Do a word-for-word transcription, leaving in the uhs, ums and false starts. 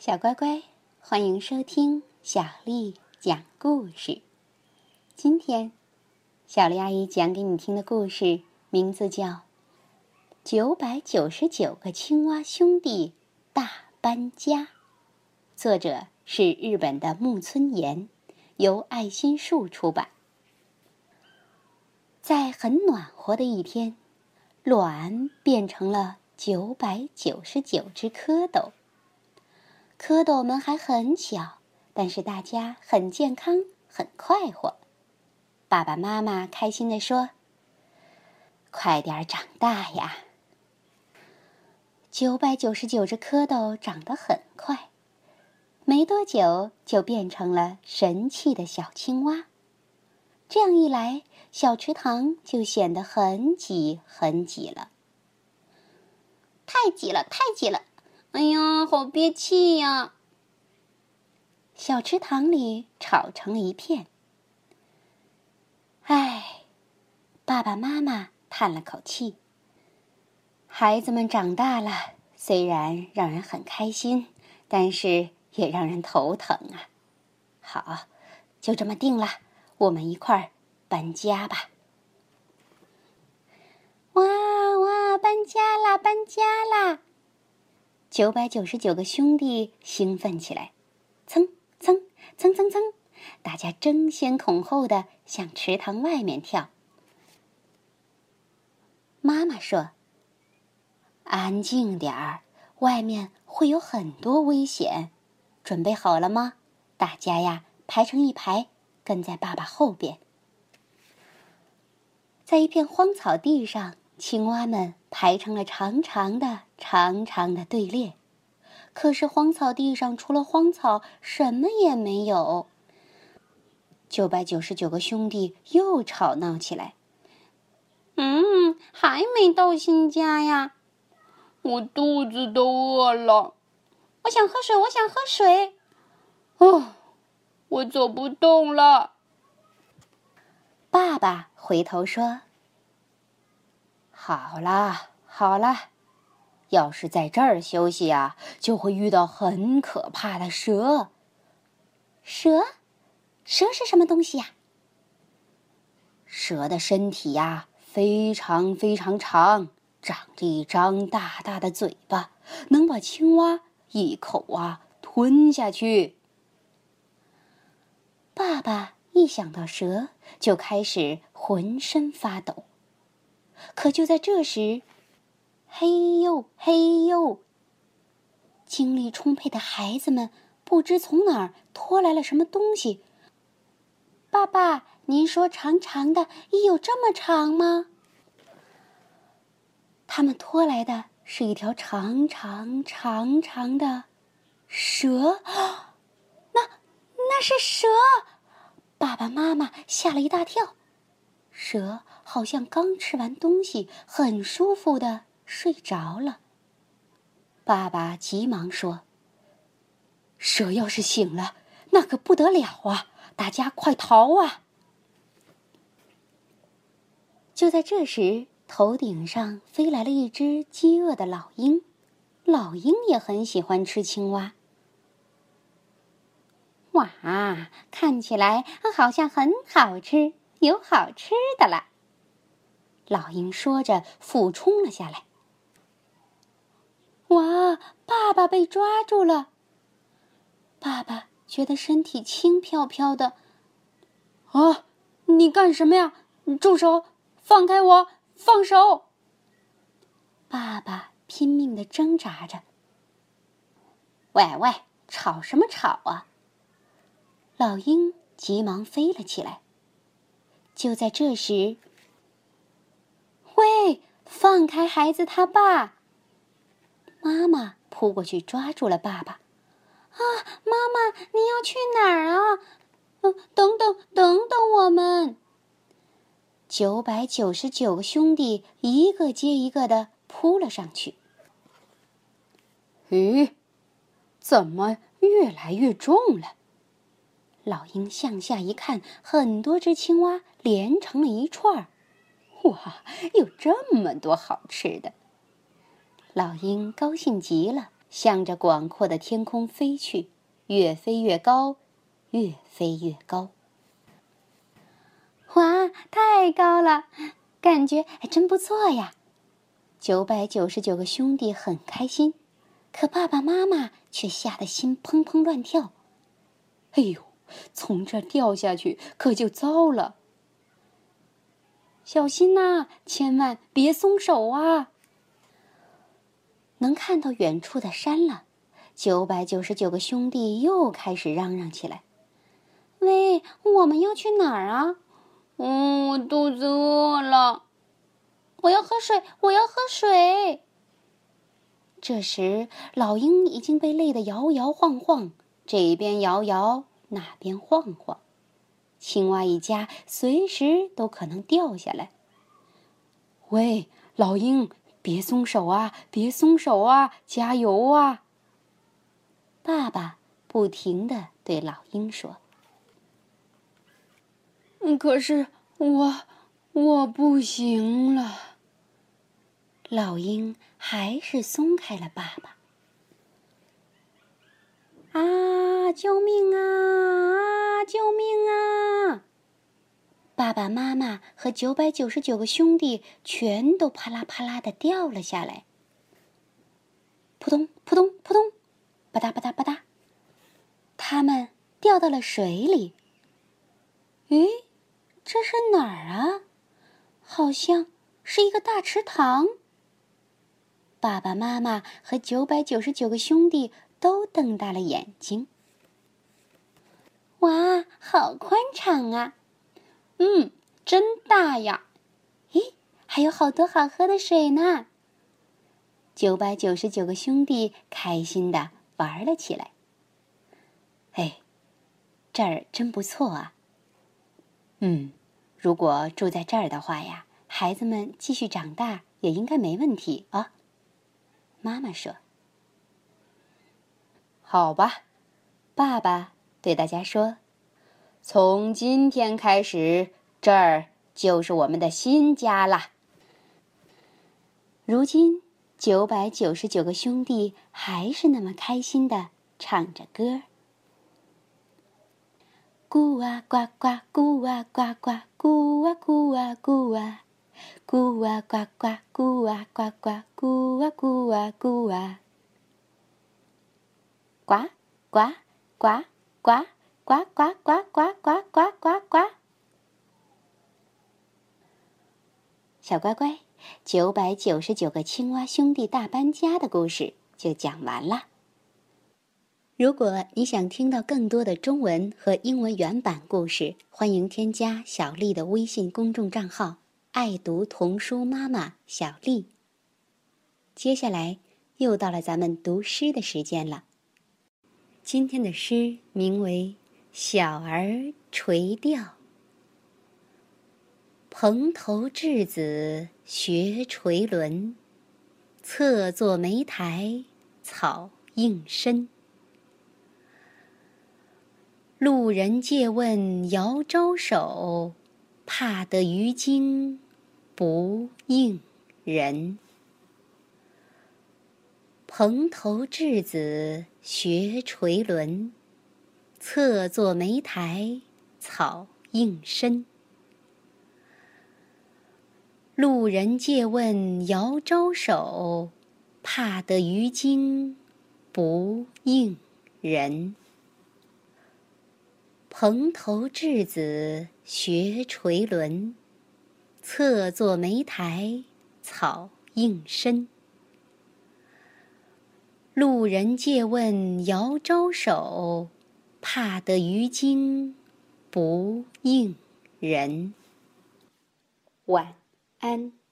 小乖乖，欢迎收听小丽讲故事。今天，小丽阿姨讲给你听的故事名字叫《九百九十九个青蛙兄弟大搬家》，作者是日本的木村岩，由爱心树出版。在很暖和的一天，卵变成了九百九十九只蝌蚪。蝌蚪们还很小，但是大家很健康，很快活。爸爸妈妈开心地说：“快点长大呀！”九百九十九只蝌蚪长得很快，没多久就变成了神气的小青蛙。这样一来，小池塘就显得很挤很挤了。太挤了，太挤了！哎呀，好憋气呀！小池塘里吵成了一片。唉，爸爸妈妈叹了口气。孩子们长大了，虽然让人很开心，但是也让人头疼啊。好，就这么定了，我们一块儿搬家吧。哇哇，搬家啦，搬家啦！九百九十九个兄弟兴奋起来，蹭蹭蹭蹭蹭，大家争先恐后地向池塘外面跳。妈妈说：“安静点儿，外面会有很多危险。准备好了吗？大家呀，排成一排，跟在爸爸后边。”在一片荒草地上，青蛙们排成了长长的、长长的队列。可是荒草地上除了荒草，什么也没有。九百九十九个兄弟又吵闹起来。嗯，还没到新家呀！我肚子都饿了，我想喝水，我想喝水。哦，我走不动了。爸爸回头说：“好啦，好啦。要是在这儿休息啊，就会遇到很可怕的蛇。”蛇？蛇是什么东西呀？蛇的身体呀，非常非常长，长着一张大大的嘴巴，能把青蛙一口啊吞下去。爸爸一想到蛇，就开始浑身发抖。可就在这时，嘿呦嘿呦！精力充沛的孩子们不知从哪儿拖来了什么东西。爸爸，您说长长的有这么长吗？他们拖来的是一条长长长长的蛇。那那是蛇！爸爸妈妈吓了一大跳。蛇好像刚吃完东西，很舒服地睡着了。爸爸急忙说：“蛇要是醒了，那可不得了啊！大家快逃啊！”就在这时，头顶上飞来了一只饥饿的老鹰。老鹰也很喜欢吃青蛙。哇，看起来好像很好吃，有好吃的了。老鹰说着，俯冲了下来。哇！爸爸被抓住了。爸爸觉得身体轻飘飘的。啊！你干什么呀？住手！放开我！放手！爸爸拼命地挣扎着。喂喂，吵什么吵啊！老鹰急忙飞了起来。就在这时，喂，放开孩子他爸！妈妈扑过去抓住了爸爸。啊，妈妈，你要去哪儿啊？嗯，等等，等等我们！九百九十九个兄弟一个接一个的扑了上去。咦，怎么越来越重了？老鹰向下一看，很多只青蛙连成了一串儿。哇，有这么多好吃的！老鹰高兴极了， 向着广阔的天空飞去，越飞越高，越飞越高。哇，太高了，感觉还真不错呀！九百九十九个兄弟很开心，可爸爸妈妈却吓得心砰砰乱跳。哎呦，从这儿掉下去可就糟了！小心呐，千万别松手啊！能看到远处的山了，九百九十九个兄弟又开始嚷嚷起来：“喂，我们要去哪儿啊？”“嗯，我肚子饿了。”“我要喝水，我要喝水。”这时，老鹰已经被累得摇摇晃晃，这边摇摇，那边晃晃。青蛙一家随时都可能掉下来。“喂，老鹰，别松手啊，别松手啊，加油啊！”爸爸不停地对老鹰说。“可是我，我不行了。”老鹰还是松开了爸爸。“啊，救命啊！啊，救命啊！”爸爸妈妈和九百九十九个兄弟全都啪啦啪啦地掉了下来。扑通扑通扑通，吧嗒吧嗒吧嗒，他们掉到了水里。诶，这是哪儿啊？好像是一个大池塘。爸爸妈妈和九百九十九个兄弟都瞪大了眼睛。哇，好宽敞啊！嗯，真大呀！咦，还有好多好喝的水呢！九百九十九个兄弟开心地玩了起来。哎，这儿真不错啊！嗯，如果住在这儿的话呀，孩子们继续长大也应该没问题啊。妈妈说。好吧，爸爸对大家说，从今天开始，这儿就是我们的新家啦。如今，九百九十九个兄弟还是那么开心地唱着歌。咕啊呱呱，咕啊呱呱，咕啊咕啊咕啊，咕啊呱呱，咕啊呱呱，咕啊咕啊咕啊，呱呱呱呱呱呱呱呱呱呱呱呱。小乖乖，九百九十九个青蛙兄弟大搬家的故事就讲完了。如果你想听到更多的中文和英文原版故事，欢迎添加小丽的微信公众账号“爱读童书妈妈小丽”。接下来又到了咱们读诗的时间了。今天的诗名为《小儿垂钓》。蓬头稚子学垂纶，侧坐莓苔草映身。路人借问遥招手，怕得鱼惊不应人。蓬头稚子学垂纶，侧坐莓苔草映身。路人借问遥招手，怕得鱼惊不应人。蓬头稚子学垂纶，侧坐莓苔草映身。路人借问遥招手，怕得鱼惊不应人。晚安。